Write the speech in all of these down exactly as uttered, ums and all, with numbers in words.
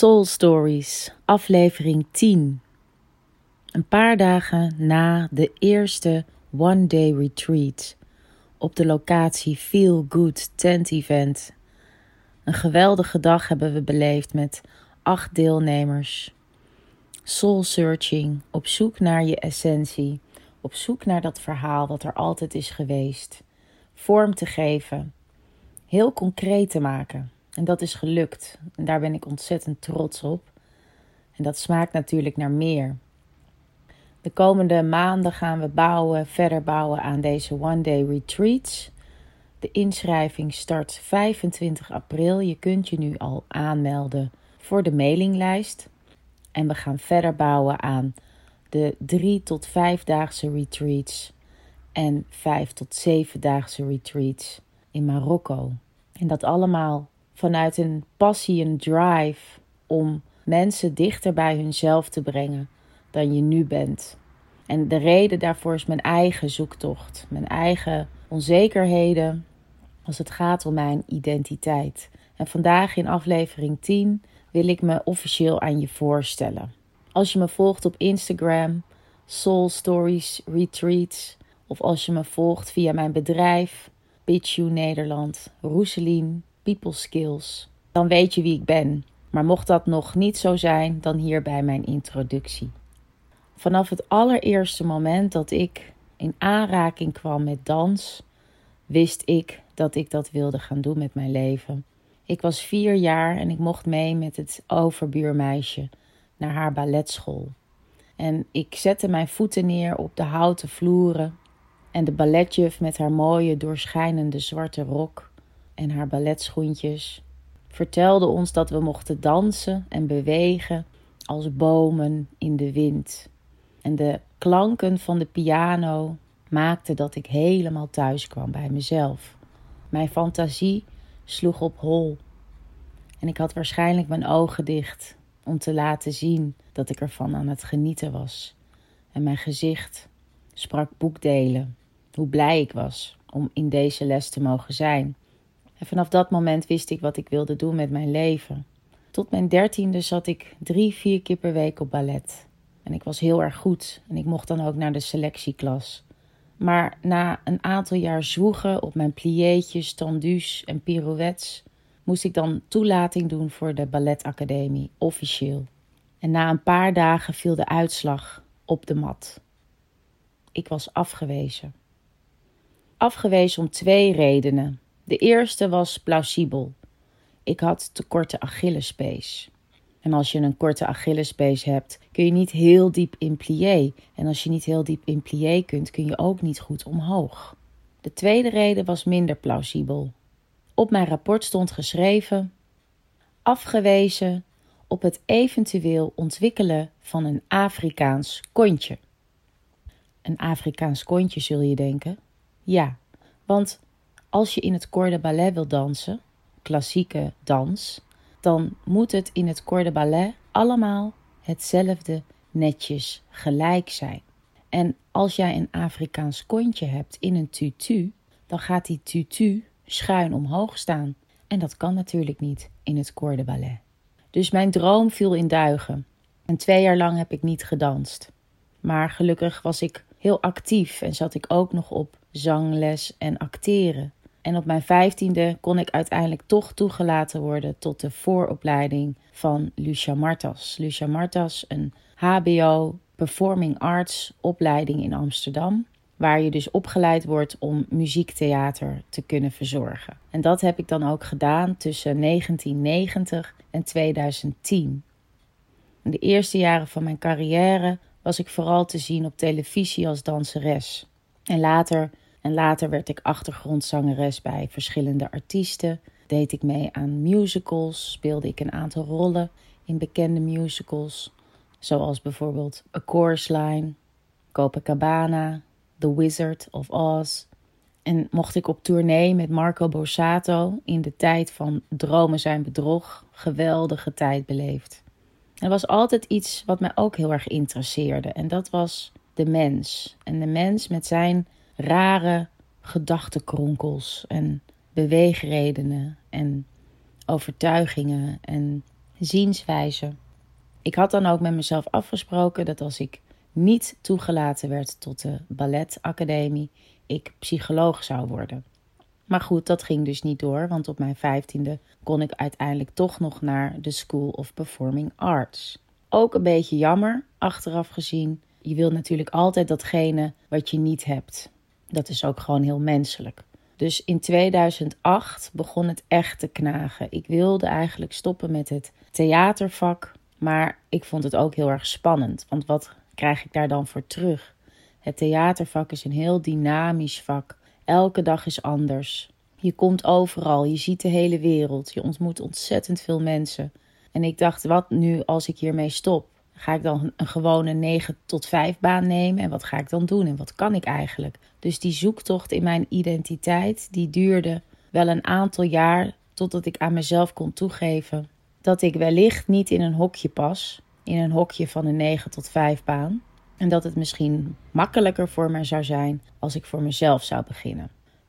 Soul Stories, aflevering tien. Een paar dagen na de eerste One Day Retreat op de locatie Feel Good Tent Event. Een geweldige dag hebben we beleefd met acht deelnemers. Soul searching, op zoek naar je essentie, op zoek naar dat verhaal wat er altijd is geweest. Vorm te geven, heel concreet te maken. En dat is gelukt. En daar ben ik ontzettend trots op. En dat smaakt natuurlijk naar meer. De komende maanden gaan we bouwen, verder bouwen aan deze One Day Retreats. De inschrijving start vijfentwintig april. Je kunt je nu al aanmelden voor de mailinglijst. En we gaan verder bouwen aan de drie tot vijfdaagse retreats. En vijf tot zevendaagse retreats in Marokko. En dat allemaal vanuit een passie, een drive om mensen dichter bij hunzelf te brengen dan je nu bent. En de reden daarvoor is mijn eigen zoektocht, mijn eigen onzekerheden als het gaat om mijn identiteit. En vandaag in aflevering tien wil ik me officieel aan je voorstellen. Als je me volgt op Instagram, Soul Stories Retreats, of als je me volgt via mijn bedrijf, Pitch You Nederland, Roeselien, People Skills, dan weet je wie ik ben. Maar mocht dat nog niet zo zijn, dan hierbij mijn introductie. Vanaf het allereerste moment dat ik in aanraking kwam met dans, wist ik dat ik dat wilde gaan doen met mijn leven. Ik was vier jaar en ik mocht mee met het overbuurmeisje naar haar balletschool. En ik zette mijn voeten neer op de houten vloeren en de balletjuf met haar mooie doorschijnende zwarte rok en haar balletschoentjes vertelde ons dat we mochten dansen en bewegen als bomen in de wind. En de klanken van de piano maakten dat ik helemaal thuis kwam bij mezelf. Mijn fantasie sloeg op hol. En ik had waarschijnlijk mijn ogen dicht om te laten zien dat ik ervan aan het genieten was. En mijn gezicht sprak boekdelen. Hoe blij ik was om in deze les te mogen zijn. En vanaf dat moment wist ik wat ik wilde doen met mijn leven. Tot mijn dertiende zat ik drie, vier keer per week op ballet. En ik was heel erg goed en ik mocht dan ook naar de selectieklas. Maar na een aantal jaar zwoegen op mijn pliéetjes, tendus en pirouettes, moest ik dan toelating doen voor de balletacademie, officieel. En na een paar dagen viel de uitslag op de mat. Ik was afgewezen. Afgewezen om twee redenen. De eerste was plausibel. Ik had te korte Achillespees. En als je een korte Achillespees hebt, kun je niet heel diep in plié. En als je niet heel diep in plié kunt, kun je ook niet goed omhoog. De tweede reden was minder plausibel. Op mijn rapport stond geschreven: afgewezen op het eventueel ontwikkelen van een Afrikaans kontje. Een Afrikaans kontje, zul je denken? Ja, want als je in het corps de ballet wil dansen, klassieke dans, dan moet het in het corps de ballet allemaal hetzelfde netjes gelijk zijn. En als jij een Afrikaans kontje hebt in een tutu, dan gaat die tutu schuin omhoog staan. En dat kan natuurlijk niet in het corps de ballet. Dus mijn droom viel in duigen. En twee jaar lang heb ik niet gedanst. Maar gelukkig was ik heel actief en zat ik ook nog op zangles en acteren. En op mijn vijftiende kon ik uiteindelijk toch toegelaten worden tot de vooropleiding van Lucia Martas. Lucia Martas, een H B O Performing Arts opleiding in Amsterdam, waar je dus opgeleid wordt om muziektheater te kunnen verzorgen. En dat heb ik dan ook gedaan tussen negentien negentig en tweeduizend tien. In de eerste jaren van mijn carrière was ik vooral te zien op televisie als danseres. En later, en later werd ik achtergrondzangeres bij verschillende artiesten. Deed ik mee aan musicals, speelde ik een aantal rollen in bekende musicals. Zoals bijvoorbeeld A Chorus Line, Copacabana, The Wizard of Oz. En mocht ik op tournee met Marco Borsato in de tijd van Dromen zijn bedrog. Geweldige tijd beleefd. Er was altijd iets wat mij ook heel erg interesseerde. En dat was de mens. En de mens met zijn rare gedachtenkronkels en beweegredenen en overtuigingen en zienswijze. Ik had dan ook met mezelf afgesproken dat als ik niet toegelaten werd tot de balletacademie, ik psycholoog zou worden. Maar goed, dat ging dus niet door, want op mijn vijftiende kon ik uiteindelijk toch nog naar de School of Performing Arts. Ook een beetje jammer, achteraf gezien. Je wilt natuurlijk altijd datgene wat je niet hebt. Dat is ook gewoon heel menselijk. Dus in tweeduizend acht begon het echt te knagen. Ik wilde eigenlijk stoppen met het theatervak, maar ik vond het ook heel erg spannend. Want wat krijg ik daar dan voor terug? Het theatervak is een heel dynamisch vak. Elke dag is anders. Je komt overal, je ziet de hele wereld. Je ontmoet ontzettend veel mensen. En ik dacht, wat nu als ik hiermee stop? Ga ik dan een gewone negen tot vijf baan nemen? En wat ga ik dan doen? En wat kan ik eigenlijk? Dus die zoektocht in mijn identiteit, die duurde wel een aantal jaar, totdat ik aan mezelf kon toegeven dat ik wellicht niet in een hokje pas. In een hokje van een negen tot vijf baan. En dat het misschien makkelijker voor me zou zijn als ik voor mezelf zou beginnen.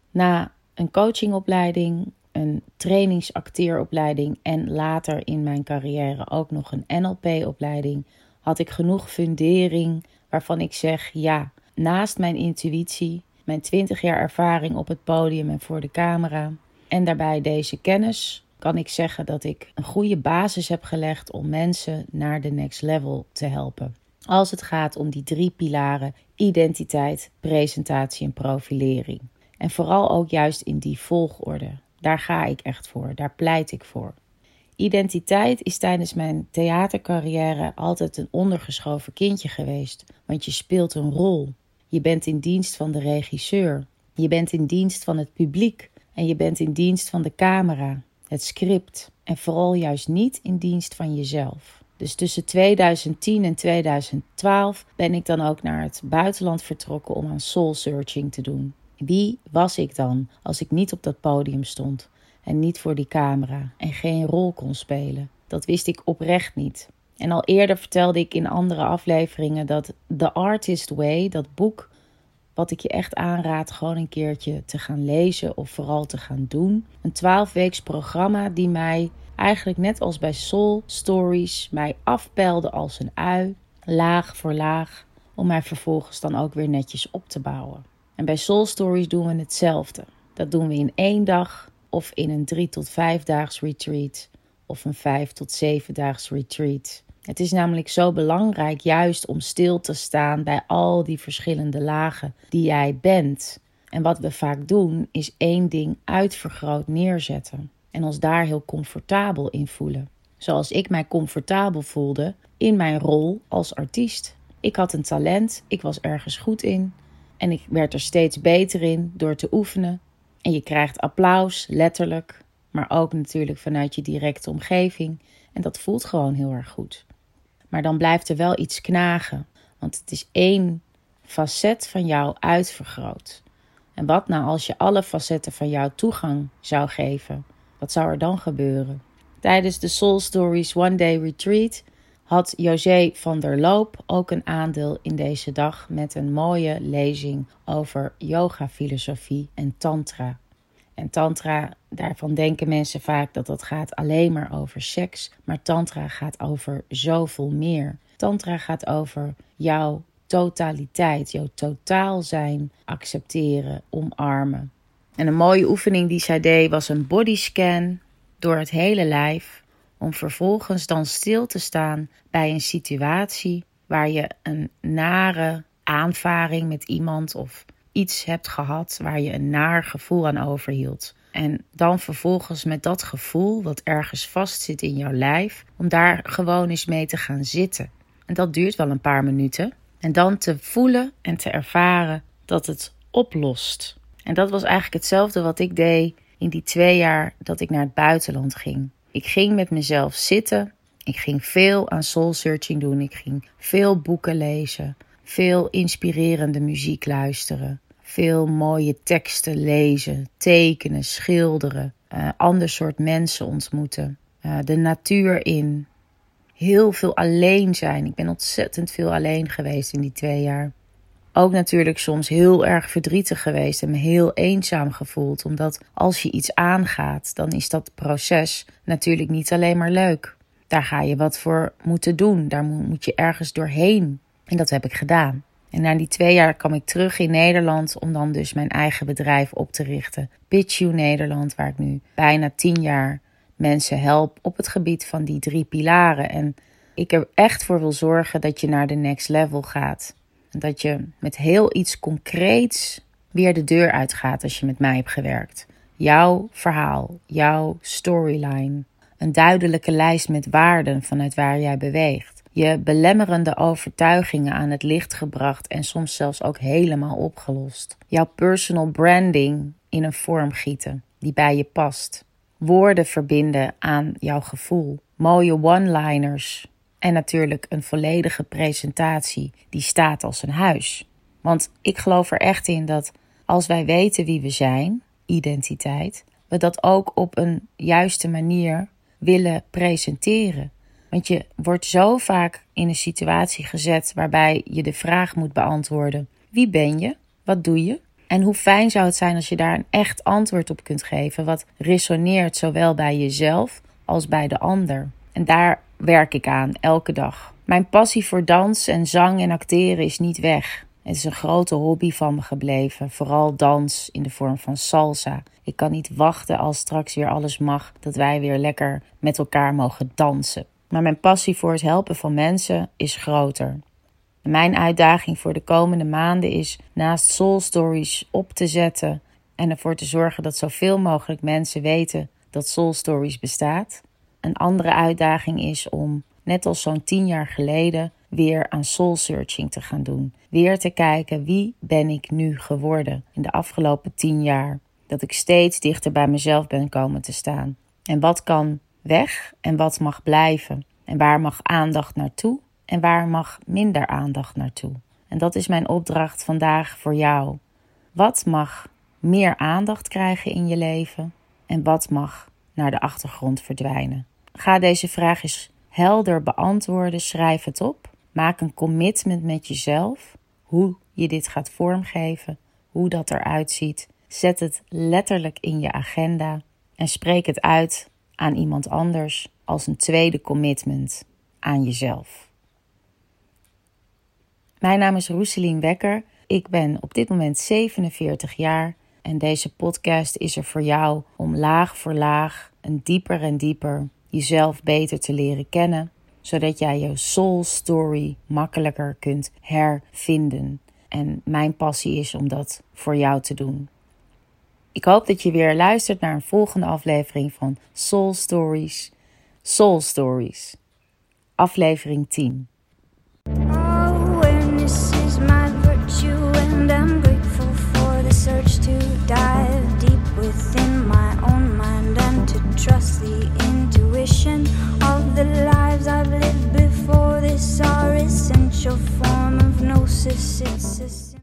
Na een coachingopleiding, een trainingsacteeropleiding en later in mijn carrière ook nog een N L P-opleiding, had ik genoeg fundering waarvan ik zeg, ja, naast mijn intuïtie, mijn twintig jaar ervaring op het podium en voor de camera en daarbij deze kennis, kan ik zeggen dat ik een goede basis heb gelegd om mensen naar de next level te helpen. Als het gaat om die drie pilaren: identiteit, presentatie en profilering. En vooral ook juist in die volgorde. Daar ga ik echt voor, daar pleit ik voor. Identiteit is tijdens mijn theatercarrière altijd een ondergeschoven kindje geweest. Want je speelt een rol. Je bent in dienst van de regisseur. Je bent in dienst van het publiek. En je bent in dienst van de camera, het script. En vooral juist niet in dienst van jezelf. Dus tussen tweeduizend tien en tweeduizend twaalf ben ik dan ook naar het buitenland vertrokken om aan soul searching te doen. Wie was ik dan als ik niet op dat podium stond en niet voor die camera en geen rol kon spelen? Dat wist ik oprecht niet. En al eerder vertelde ik in andere afleveringen dat The Artist Way, dat boek, wat ik je echt aanraad gewoon een keertje te gaan lezen of vooral te gaan doen. Een twaalfweeks programma die mij eigenlijk net als bij Soul Stories mij afpeilde als een ui, laag voor laag, om mij vervolgens dan ook weer netjes op te bouwen. En bij Soul Stories doen we hetzelfde. Dat doen we in één dag of in een drie tot vijf daags retreat of een vijf tot zeven daags retreat. Het is namelijk zo belangrijk juist om stil te staan bij al die verschillende lagen die jij bent. En wat we vaak doen is één ding uitvergroot neerzetten en ons daar heel comfortabel in voelen. Zoals ik mij comfortabel voelde in mijn rol als artiest. Ik had een talent, ik was ergens goed in en ik werd er steeds beter in door te oefenen. En je krijgt applaus, letterlijk, maar ook natuurlijk vanuit je directe omgeving. En dat voelt gewoon heel erg goed. Maar dan blijft er wel iets knagen, want het is één facet van jou uitvergroot. En wat nou als je alle facetten van jou toegang zou geven? Wat zou er dan gebeuren? Tijdens de Soul Stories One Day Retreat had José van der Loop ook een aandeel in deze dag met een mooie lezing over yoga-filosofie en tantra. En tantra, daarvan denken mensen vaak dat dat gaat alleen maar over seks, maar tantra gaat over zoveel meer. Tantra gaat over jouw totaliteit, jouw totaal zijn, accepteren, omarmen. En een mooie oefening die zij deed was een bodyscan door het hele lijf, om vervolgens dan stil te staan bij een situatie waar je een nare aanvaring met iemand of iets hebt gehad waar je een naar gevoel aan overhield. En dan vervolgens met dat gevoel wat ergens vastzit in jouw lijf, om daar gewoon eens mee te gaan zitten. En dat duurt wel een paar minuten. En dan te voelen en te ervaren dat het oplost. En dat was eigenlijk hetzelfde wat ik deed in die twee jaar dat ik naar het buitenland ging. Ik ging met mezelf zitten. Ik ging veel aan soul searching doen. Ik ging veel boeken lezen. Veel inspirerende muziek luisteren. Veel mooie teksten lezen. Tekenen, schilderen. Uh, ander soort mensen ontmoeten. Uh, de natuur in. Heel veel alleen zijn. Ik ben ontzettend veel alleen geweest in die twee jaar. Ook natuurlijk soms heel erg verdrietig geweest en me heel eenzaam gevoeld. Omdat als je iets aangaat, dan is dat proces natuurlijk niet alleen maar leuk. Daar ga je wat voor moeten doen. Daar moet je ergens doorheen. En dat heb ik gedaan. En na die twee jaar kwam ik terug in Nederland om dan dus mijn eigen bedrijf op te richten. Pitch You Nederland, waar ik nu bijna tien jaar mensen help op het gebied van die drie pilaren. En ik er echt voor wil zorgen dat je naar de next level gaat. En dat je met heel iets concreets weer de deur uitgaat als je met mij hebt gewerkt. Jouw verhaal, jouw storyline. Een duidelijke lijst met waarden vanuit waar jij beweegt. Je belemmerende overtuigingen aan het licht gebracht en soms zelfs ook helemaal opgelost. Jouw personal branding in een vorm gieten die bij je past. Woorden verbinden aan jouw gevoel. Mooie one-liners. En natuurlijk een volledige presentatie die staat als een huis. Want ik geloof er echt in dat als wij weten wie we zijn, identiteit, we dat ook op een juiste manier willen presenteren. Want je wordt zo vaak in een situatie gezet waarbij je de vraag moet beantwoorden: wie ben je? Wat doe je? En hoe fijn zou het zijn als je daar een echt antwoord op kunt geven, wat resoneert zowel bij jezelf als bij de ander. En daar werk ik aan, elke dag. Mijn passie voor dans en zang en acteren is niet weg. Het is een grote hobby van me gebleven, vooral dans in de vorm van salsa. Ik kan niet wachten als straks weer alles mag, dat wij weer lekker met elkaar mogen dansen. Maar mijn passie voor het helpen van mensen is groter. Mijn uitdaging voor de komende maanden is naast Soul Stories op te zetten en ervoor te zorgen dat zoveel mogelijk mensen weten dat Soul Stories bestaat. Een andere uitdaging is om, net als zo'n tien jaar geleden, weer aan soul searching te gaan doen. Weer te kijken, wie ben ik nu geworden in de afgelopen tien jaar? Dat ik steeds dichter bij mezelf ben komen te staan. En wat kan weg en wat mag blijven? En waar mag aandacht naartoe en waar mag minder aandacht naartoe? En dat is mijn opdracht vandaag voor jou. Wat mag meer aandacht krijgen in je leven en wat mag naar de achtergrond verdwijnen? Ga deze vraag eens helder beantwoorden, schrijf het op. Maak een commitment met jezelf, hoe je dit gaat vormgeven, hoe dat eruit ziet. Zet het letterlijk in je agenda en spreek het uit aan iemand anders als een tweede commitment aan jezelf. Mijn naam is Roeselien Wekker. Ik ben op dit moment zevenenveertig jaar en deze podcast is er voor jou om laag voor laag en dieper en dieper jezelf beter te leren kennen, zodat jij je soul story makkelijker kunt hervinden. En mijn passie is om dat voor jou te doen. Ik hoop dat je weer luistert naar een volgende aflevering van Soul Stories. Soul Stories, aflevering tien.